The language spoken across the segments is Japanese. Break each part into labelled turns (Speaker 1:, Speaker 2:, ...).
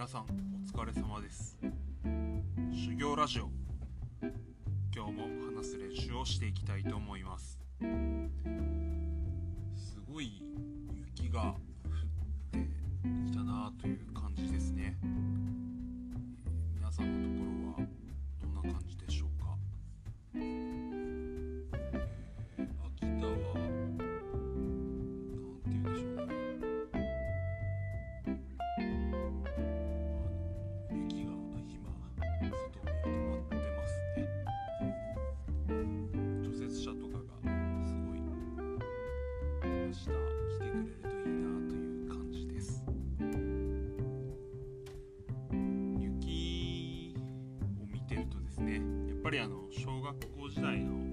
Speaker 1: 皆さんお疲れ様です。修行ラジオ、今日も話す練習をしていきたいと思います。すごい雪が降ってきたなという感じですね。皆さんのところはどんな感じでしょうか。秋田はなんて言うんでしょうね、雪が今外を見ると舞ってますね。除雪車とかがすごい明日来てくれるといいなという感じです。雪を見てるとですね、やっぱり小学校時代の、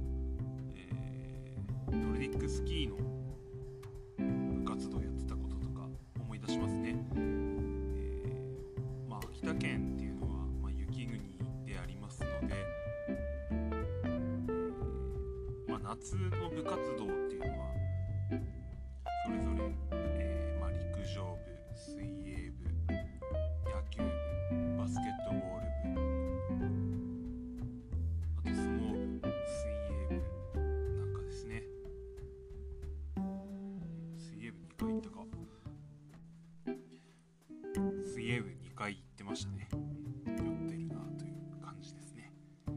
Speaker 1: ノルディックスキーの部活動やってたこととか思い出しますね。秋田県っていうのは、雪国でありますので、夏の部活動っていうのはそれぞれ、陸上部、水泳部、野球部、バスケットボール部、あと相撲部、水泳部なんかですね。水泳部2回行ったか。水泳部2回行ってましたね。酔ってるなという感じですね。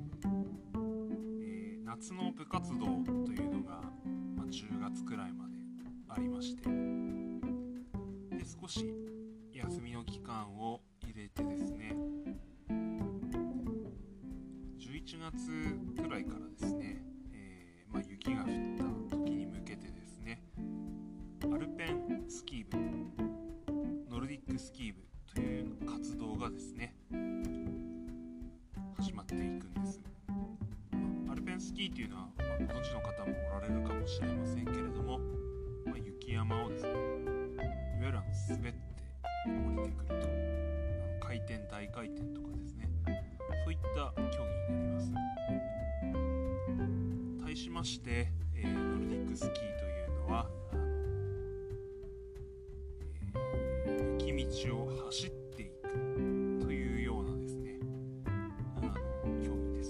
Speaker 1: 夏の部活動というのが、10月くらいまでありまして、で少し休みの期間を入れてですね、11月くらいからですね、雪が降った時に向けてですね、アルペンスキー部、ノルディックスキー部という活動がですね始まっていくんです。アルペンスキーというのは、ご存知の方もおられるかもしれませんけれども、雪山をですね、いわゆる滑って降りてくると、回転大回転とかですね、そういった競技になります。対しまして、ノルディックスキーというのは雪道を走っていくというようなですね、競技です。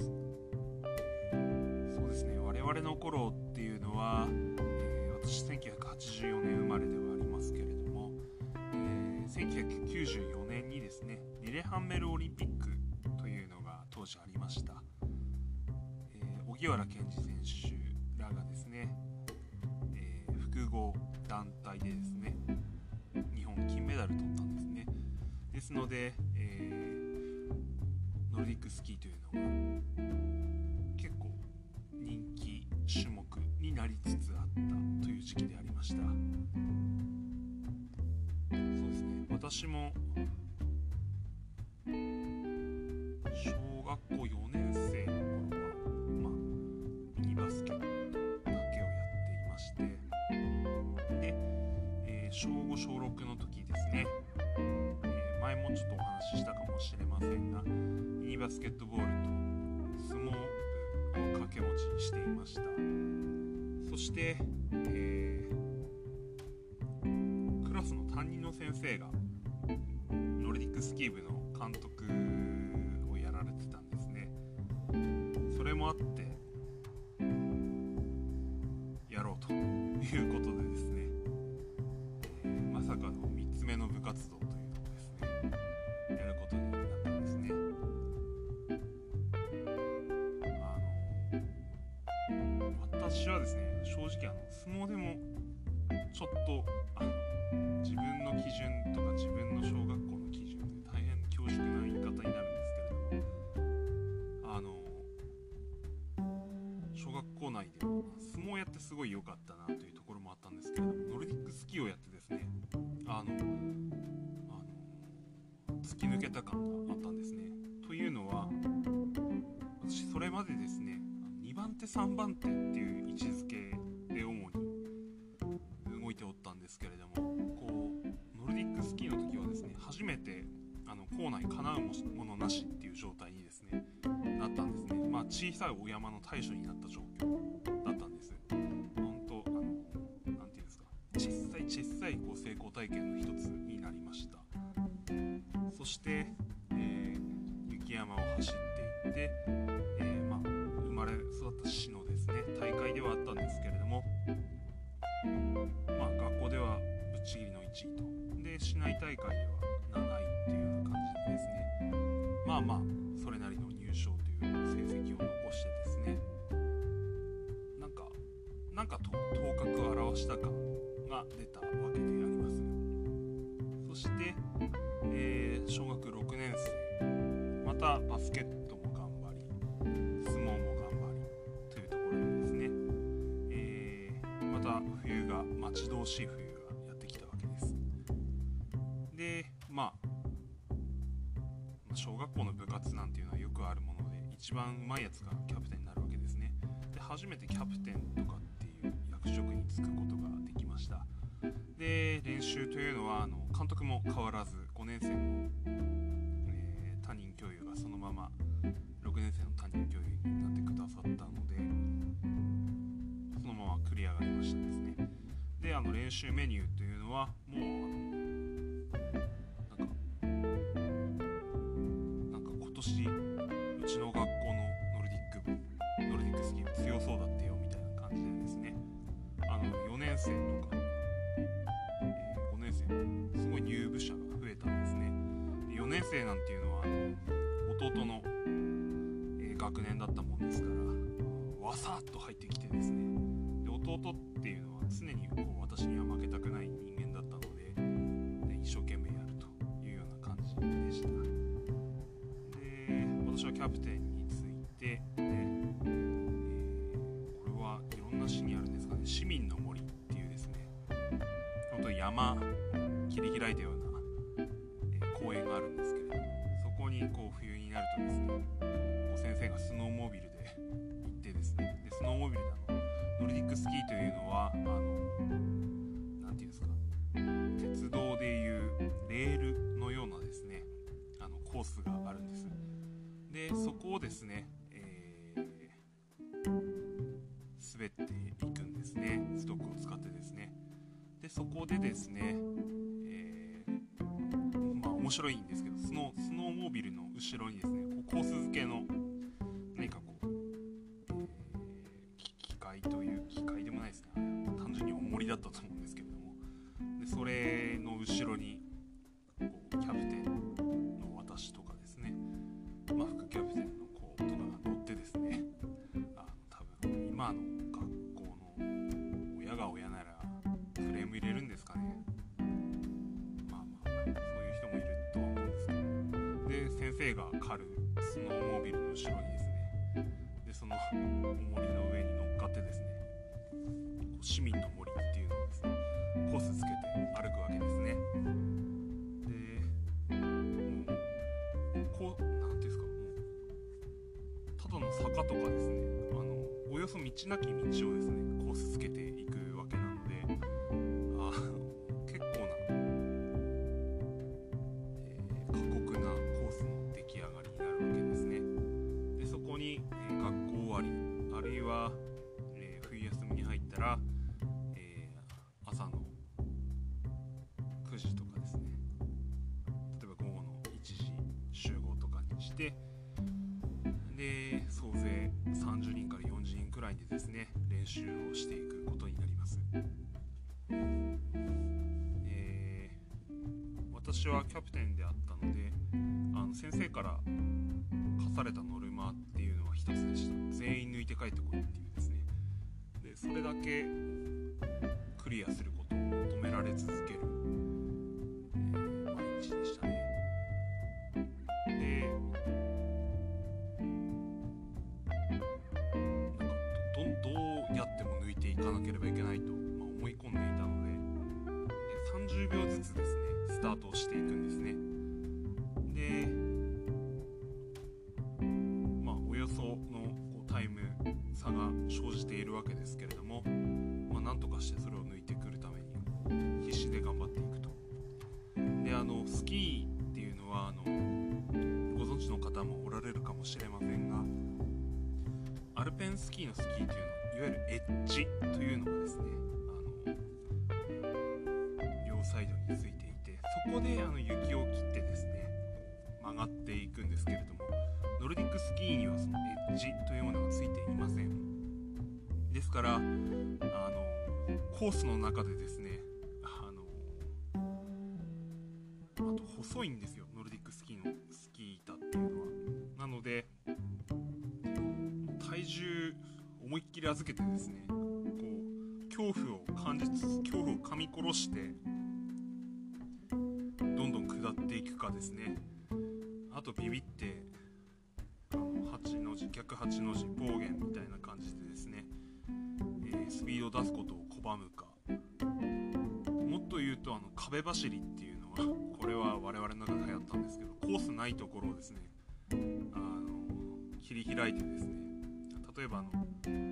Speaker 1: そうですね、我々の頃っていうのは、私1984年生まれではありますけれども、1994年にですね、リレハンメルオリンピックというのが当時ありました。荻原健司選手らがですね、複合団体でですね、日本金メダル取ったんですね。ですので、ノルディックスキーというのが結構人気種目になりつつあったという時期でありました。そうですね、私も小学校4年生の頃は、ミニバスケットだけをやっていまして、で、小5小6の時ですね、前もちょっとお話ししたかもしれませんが、ミニバスケットボールと相撲部を掛け持ちしていました。そして、クラスの担任の先生がノルディックスキー部の監督をやられてたんですね。それもあってやろうということでですね、まさかの3つ目の部活動というのをですねやることになったんですね。私はですね、正直相撲でもちょっと自分の基準とか自分の小学校の基準で大変恐縮な言い方になるんですけれども、小学校内では相撲をやってすごい良かったなというところもあったんですけれども、ノルディックスキーをやってですね、突き抜けた感があったんですね。というのは、私それまでですね、2番手3番手っていう位置づけで主に動いておったんですけれども、ノルディックスキーの時はですね、初めて校内かなうものなしっていう状態にですねなったんですね。小さいお山の対処になった状況だったんです。本当なんていうんですか、小さい成功体験の一つになりました。そして、雪山を走っていって、生まれ育った市のですね大会ではあったんですけれども、学校ではぶっちぎりの1位と、で市内大会では7位っていうような感じでですね、それなりの入賞という成績を残してですね、なんか頭角を現した感が出たわけであります。そして、小学6年生、またバスケットも頑張り、相撲も頑張りというところでですね、また冬が待ち遠しい冬がやってきたわけです。で、小学校の部活なんていうのはよくあるもので、一番うまいやつがキャプテンになるわけですね。で、初めてキャプテンとかっていう役職に就くことができました。で、練習というのは監督も変わらず5年生の、担任教諭がそのまま6年生の担任教諭になってくださったので、そのまま繰り上がりましたですね。で、練習メニューというのはもう今年うちの学校のノルディックスキー部強そうだってよみたいな感じでですね、4年生とか、5年生すごい入部者が増えたんですね。で、4年生なんていうのは弟の、学年だったもんですから、わさっと入ってきてですね、で弟っていうのは常に私には負けたくない人間だったので、一生懸命やるというような感じでした。で、私はキャプテンについて、これはいろんな市にあるんですかね、市民の森っていうですね、本当に山を切り開いたような、公園があるんですけれども、そこに冬になるとですね、先生がスノーモービルで行ってですね、でスノーモービルでノルディックスキーというのはなんていうんですか、鉄道でいうレールのようなですね、コースがあるんです。で、そこをですね、滑っていくんですね、ストックを使ってですね。で、そこでですね、面白いんですけど、スノーモービルの後ろにですね、コース付けの何か機械でもないですね、単純に重りだったと思うんですけれども、でそれの後ろにキャプテンの私とかですね、副キャプテンの子とかが乗ってですね、多分今の学校の親が親ならクレーム入れるんですかね。そういう人もいるとは思うんですけど、で先生が狩るスノーモービルの後ろにですね、でその重りの上に乗っかってですね、市民の森っていうのをですね、コースつけて歩くわけですね。で、なんていうんですか、ただの坂とかですね、およそ道なき道をですね、コースつけていくわけなので、結構な、過酷なコースの出来上がりになるわけですね。で、そこに、学校終わり、あるいは、冬休みに入ったら、朝の9時とかですね、例えば午後の1時集合とかにして、で総勢30人から40人くらいでですね、練習をしていくことになります。私はキャプテンであったので、先生から課されたノルマっていうのは一つでした。全員抜いて帰ってこいっていうですね。でそれだけクリアすることを求められ続ける、毎日でしたね。で、どうやっても抜いていかなければいけないと、思い込んでいたので、30秒ずつですね、スタートをしていくんですね。で、およそのタイム差が生じているわけですけれども、なんとかしてそれを抜いてくるために必死で頑張っていくと。で、スキーっていうのはご存知の方もおられるかもしれませんが、アルペンスキーのスキーというのは、いわゆるエッジというのがですね、両サイドについていて、そこで雪を切ってですね、 上がっていくんですけれども、ノルディックスキーにはそのエッジというものがついていません。ですからコースの中でですね、あと細いんですよ、ノルディックスキーのスキー板っていうのは。なので体重思いっきり預けてですね、こう恐怖を感じつつ恐怖を噛み殺してどんどん下っていくかですね、あとビビって8の字逆8の字暴言みたいな感じでですね、スピードを出すことを拒むか、もっと言うと壁走りっていうのは、これは我々の中で流行ったんですけど、コースないところをですね切り開いてですね、例えばなんて言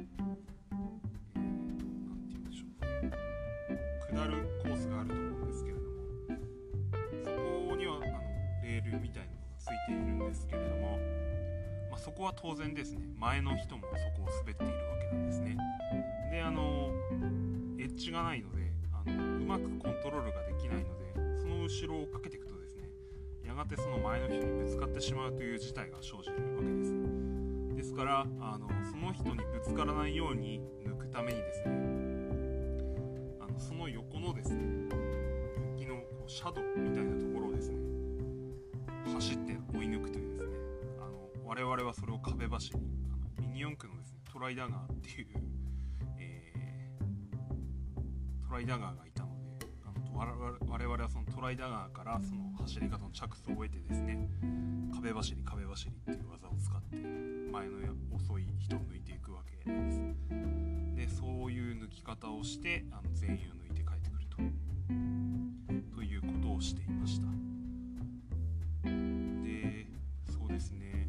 Speaker 1: うんでしょう、下るコースがあると思うんですけれども、そこにはレールみたいなのがついているんですけれども、そこは当然ですね、前の人もそこを滑っているわけなんですね。でエッジがないのでうまくコントロールができないので、その後ろをかけていくとですね、やがてその前の人にぶつかってしまうという事態が生じるわけです。ですからその人にぶつからないように抜くためにですね、その横のですね分岐のシャドウみたいなところをですね走って追い抜くというですね、我々はそれを壁走り、ミニ四駆のですねトライダガーっていう、トライダガーがいたので、我々はそのトライダガーからその走り方の着想を得てですね、壁走りっていう技を使って前の遅い人を抜いていくわけです。でそういう抜き方をして全員を抜いて帰ってくるということをしていました。でそうですね、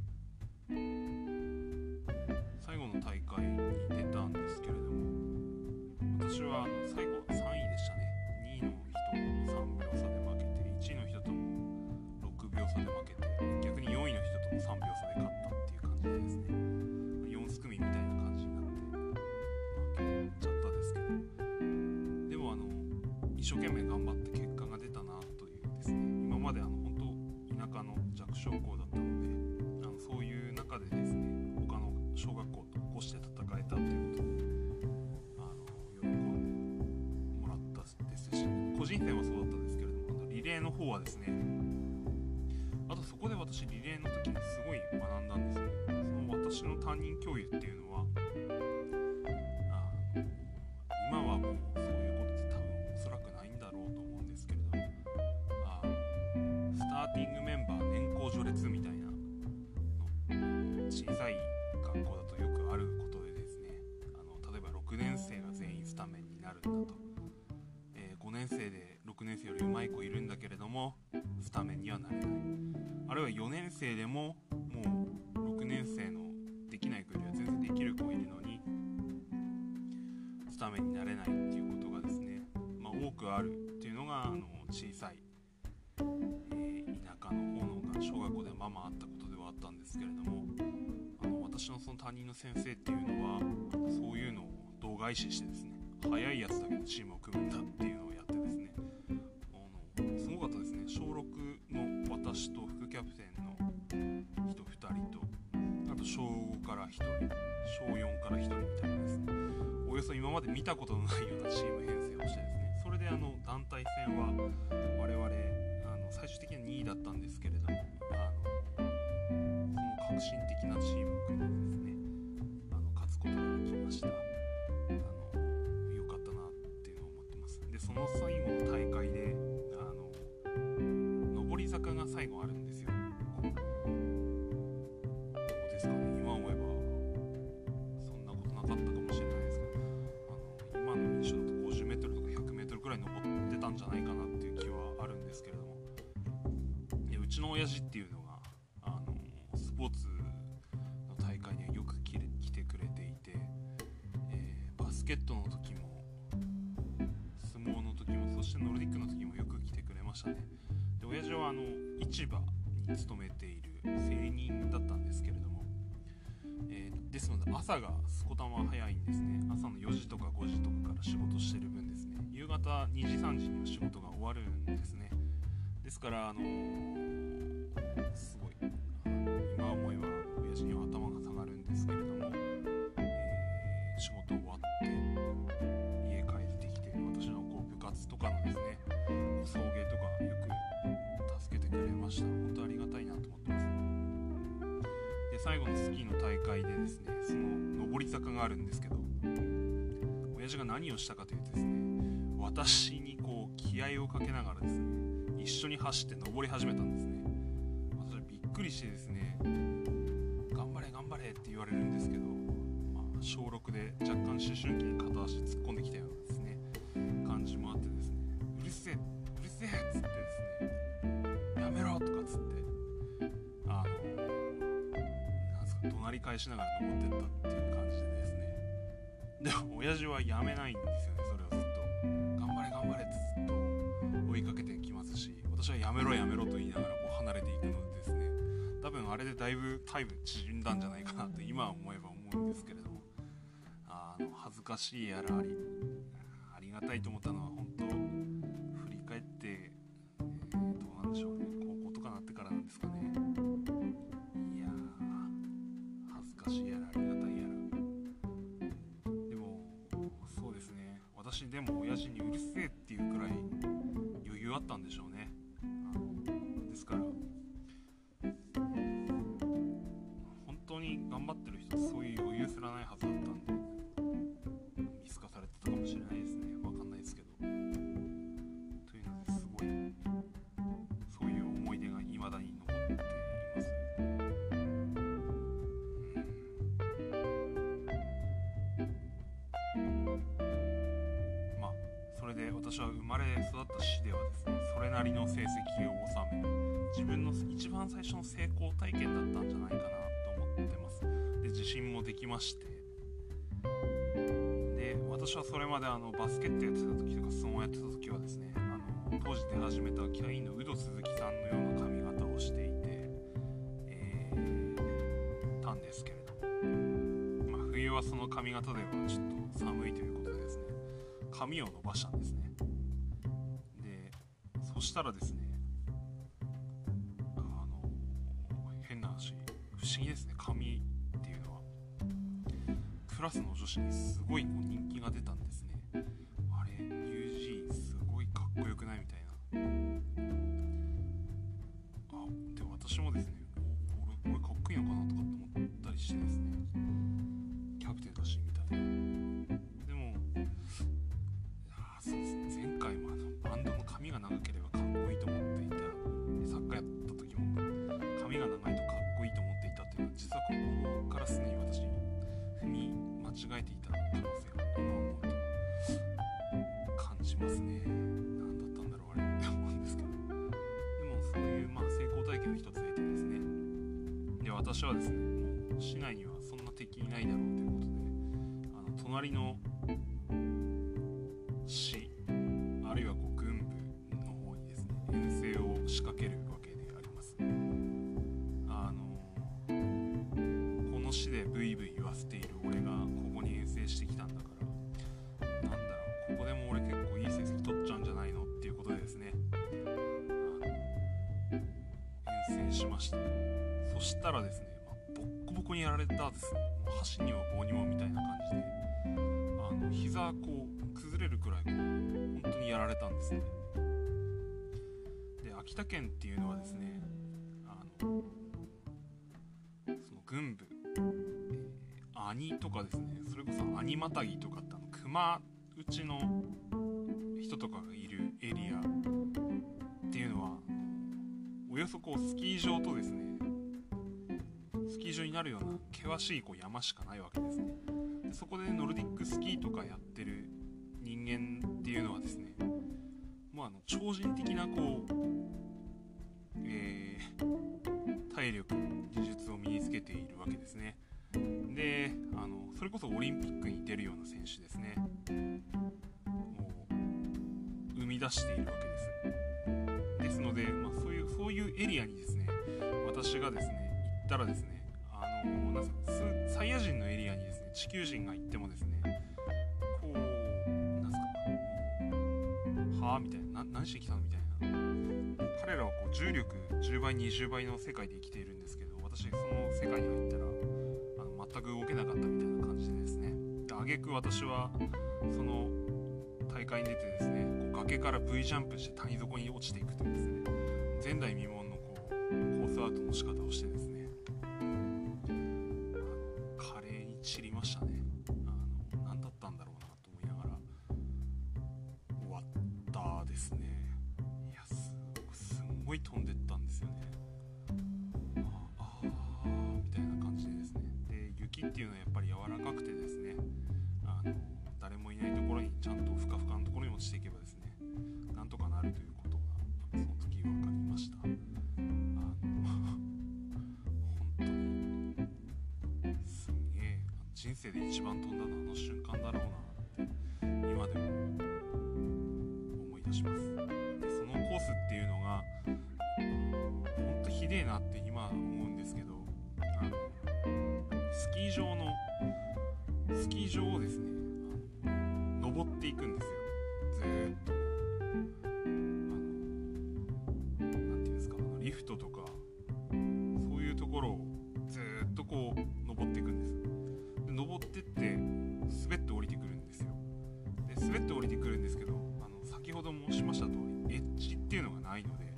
Speaker 1: 最後の大会に出たんですけれども、私は最後は3位でしたね。2位の人と3秒差で負けて、1位の人とも6秒差で負けて、逆に4位の人とも3秒差で勝ったっていう感じでですね、4すくみみたいな感じになって負けちゃったですけど、でも一生懸命頑張って結果が出たなというですね、今まで本当田舎の弱小校だったので、そういう中でですね他の小学校とこうして戦えたということで喜んでもらったですし、個人戦はそうだったんですけれども、リレーの方はですね、あとそこで私リレーの時にすごい学んだんですね。その私の担任教諭っていうのは今はもうそういうことって多分おそらくないんだろうと思うんですけれども、スターティングメンバー年功序列みたいな小さい学校だとよくあることでですね、例えば6年生が全員スタメンになるんだと、5年生で6年生より上手い子いるんだけれどもスタメンにはなれない、あるいは4年生でももう6年生のできない子よりは全然できる子いるのにスタメンになれないっていうことがですね、多くあるっていうのが小さい、田舎の方の小学校ではあったことではあったんですけれども、私のその担任の先生っていうのはそういうのを度外視してですね、速いやつだけのチームを組むんだっていうのをやってですね、すごかったですね。小6の私と副キャプテンの人2人と、あと小5から1人、小4から1人みたいなですね、およそ今まで見たことのないようなチーム編成をしてですね、それで団体戦は我々最終的には2位だったんですけれども、その革新的なチームを組んでですね勝つことができました。良かったなっていうのを思ってます。でその最後の大会で上り坂が最後あるんですよ。どうですかね、今思えばそんなことなかったかもしれないですけど、今の印象だと50メートルとか100メートルくらい登ってたんじゃないかなっていう気はあるんですけれども、うちの親父っていうのがスポーツの大会にはよく来てくれていて、バスケットの時も相撲の時も、そしてノルディックの時もよく来てくれましたね。で親父は市場に勤めている青人だったんですけれども、ですので朝がすこたま早いんですね。朝の4時とか5時とかから仕事してる分ですね、夕方2時3時には仕事が終わるんですね。ですからすごい今思えば親父には頭が下がるんですけれども、仕事終わって家帰ってきて、私の部活とかのですね送迎とかよく助けてくれました。本当ありがたいなと思ってます。で最後のスキーの大会でですね、その上り坂があるんですけど、親父が何をしたかというとですね、私にこう気合をかけながらですね、一緒に走って登り始めたんですね。私びっくりしてですね、頑張れ頑張れって言われるんですけど、小6で若干思春期に片足突っ込んできたようなですね感じもあってですね、うるせえうるせえっつってですね、やめろとかっつってなんですか、怒鳴り返しながら登ってったっていう感じでですね、でも親父はやめないんですよね。それをずっと頑張れ頑張れってずっと追いかけてきますし、私はやめろやめろと言いながらこう離れていくのでですね、多分あれでだいぶタイム縮んだんじゃないかなと今思えば思うんですけれども、恥ずかしいやらありがたいと思ったのは、本当振り返って、どうなんでしょうね、高校とかなってからなんですかね。いや恥ずかしいやらありがたいやら、でもそうですね、私でも親父にうるせえっていうくらい余裕あったんでしょうね。ですから本当に頑張ってる人ってそういう余裕すらないはずだったんで、見透かされてたかもしれないですね。わかんないですけど、というのですごいそういう思い出が未だに残っています。それで私は生まれ育った市ではですね、それなりの成績を収め、自分の一番最初の成功体験だったんじゃないかなと思ってます。で自信もできまして、で私はそれまでバスケットやってた時とか相撲やってた時はですね、当時出始めたキャインのウド鈴木さんのような髪型をしていて、たんですけれども、冬はその髪型ではちょっと寒いということでですね、髪を伸ばしたんですね。でそしたらですね、変な話、不思議ですね、髪っていうのはクラスの女子にすごいこう人気が出たんですね。あれ UG すごいかっこよくないみたいな。で私もですね、これかっこいいのかなとかって思ったりしてですね、キャプテンだしみたいな。でもそうですね、前回もバンドの髪が長ければかっこいいと思っていた、サッカーやった時も髪が長いとかっこいいと思っていたっていうのは、実はここからすでに私踏み間違えていた可能性が今思うと感じますね。何だったんだろうあれって思うんですけど、でもそういう成功体験の一つ得てですね、で私はですね、もう市内にはそんな敵いないだろうということで、隣の市あるいは軍部の方にですね遠征を仕掛けるわけであります。この市でブイブイ言わせている俺がここに遠征してきたんだから、なんだろう、ここでも俺結構いい成績取っちゃうんじゃないのっていうことでですね、遠征しました。そしたらですね、ボッコボコにやられたですね、もう箸には棒にもみたいな感じで、膝こう崩れるくらいこう本当にやられたんですね。で秋田県っていうのはですね、その軍部、兄とかですね、それこそ兄またぎとかって熊打ちの人とかがいるエリアっていうのはおよそこうスキー場とですね、スキー場になるような険しいこう山しかないわけですね。でそこでノルディックスキーとかやってる人間っていうのはですね、もう超人的なこう、体力技術を身につけているわけですね。でそれこそオリンピックに出るような選手ですね、もう生み出しているわけです。ですので、そういうエリアにですね、私がですね行ったらですね、サイヤ人のエリアにですね地球人が行ってもですね、こうなんすか、はぁみたいな、何してきたのみたいなな。彼らはこう重力10倍20倍の世界で生きているんですけど、私その世界に入ったら全く動けなかったみたいな感じでですね、挙句私はその大会に出てですね、こう崖から V ジャンプして谷底に落ちていくというですね、前代未聞のこうコースアウトの仕方をしてですね、華麗に散りましたね。何だったんだろうなと思いながら終わったですね。いや、すんごい飛んでったんですよね。みたいな感じでですね。で、雪っていうのはやっぱり柔らかくてですね、誰もいないところにちゃんとふかふかのところに落ちていけばですね、なんとかなるということがその時分かりました。本当にすんげえ人生で一番飛んだのはあの瞬間だろうなって今でも思い出します。で、そのコースっていうのが本当ひでえなって今思うんですけど、スキー場をですね登っていくんですよ。ずーっとなんていうんですか、リフトとかそういうところをずーっとこう登っていくんです。で、登ってって滑って降りてくるんですよ。で、滑って降りてくるんですけど、先ほど申しました通りエッジっていうのがないので、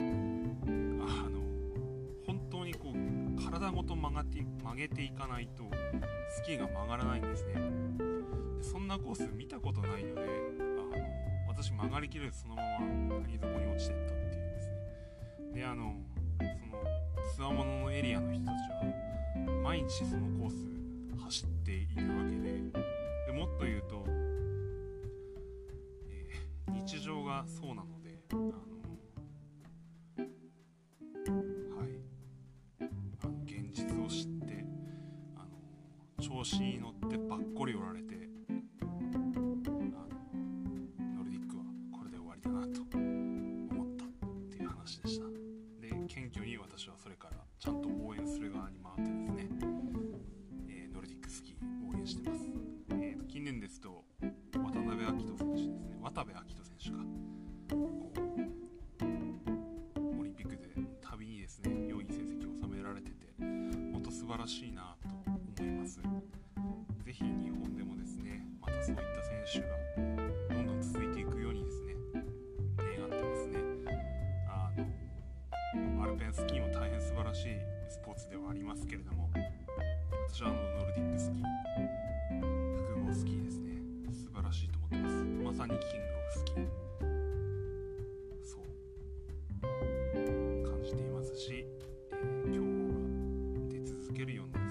Speaker 1: 本当にこう体ごと曲げていかないとスキーが曲がらないんですね。で、そんなコース見たことないので、私曲がりきれずそのまま谷底に落ちていったっていうですね。で、そのつわもののエリアの人たちは毎日そのコース走っているわけで、もっと言うと、日常がそうなので、現実を知って調子に乗ってばっこり折られて、ノルディックはこれで終わりだなと思ったっていう話でした。で、謙虚に私はそれからちゃんと応援する側に回ってですね、ノルディックスキー応援してます。近年ですと渡辺明人選手ですね、渡部明人選手か、オリンピックで旅にですね良い成績を収められてて、本当素晴らしいなと思います。ぜひ日本でもですね、またそういった選手がどんどん続いていくようにですね願ってますね。アルペンスキーも大変素晴らしいスポーツではありますけれども、私はノルディックスキー、複合スキーですね、素晴らしいと思ってます。まさにキングオブスキー、そう感じていますし、競歩が出続けるようにな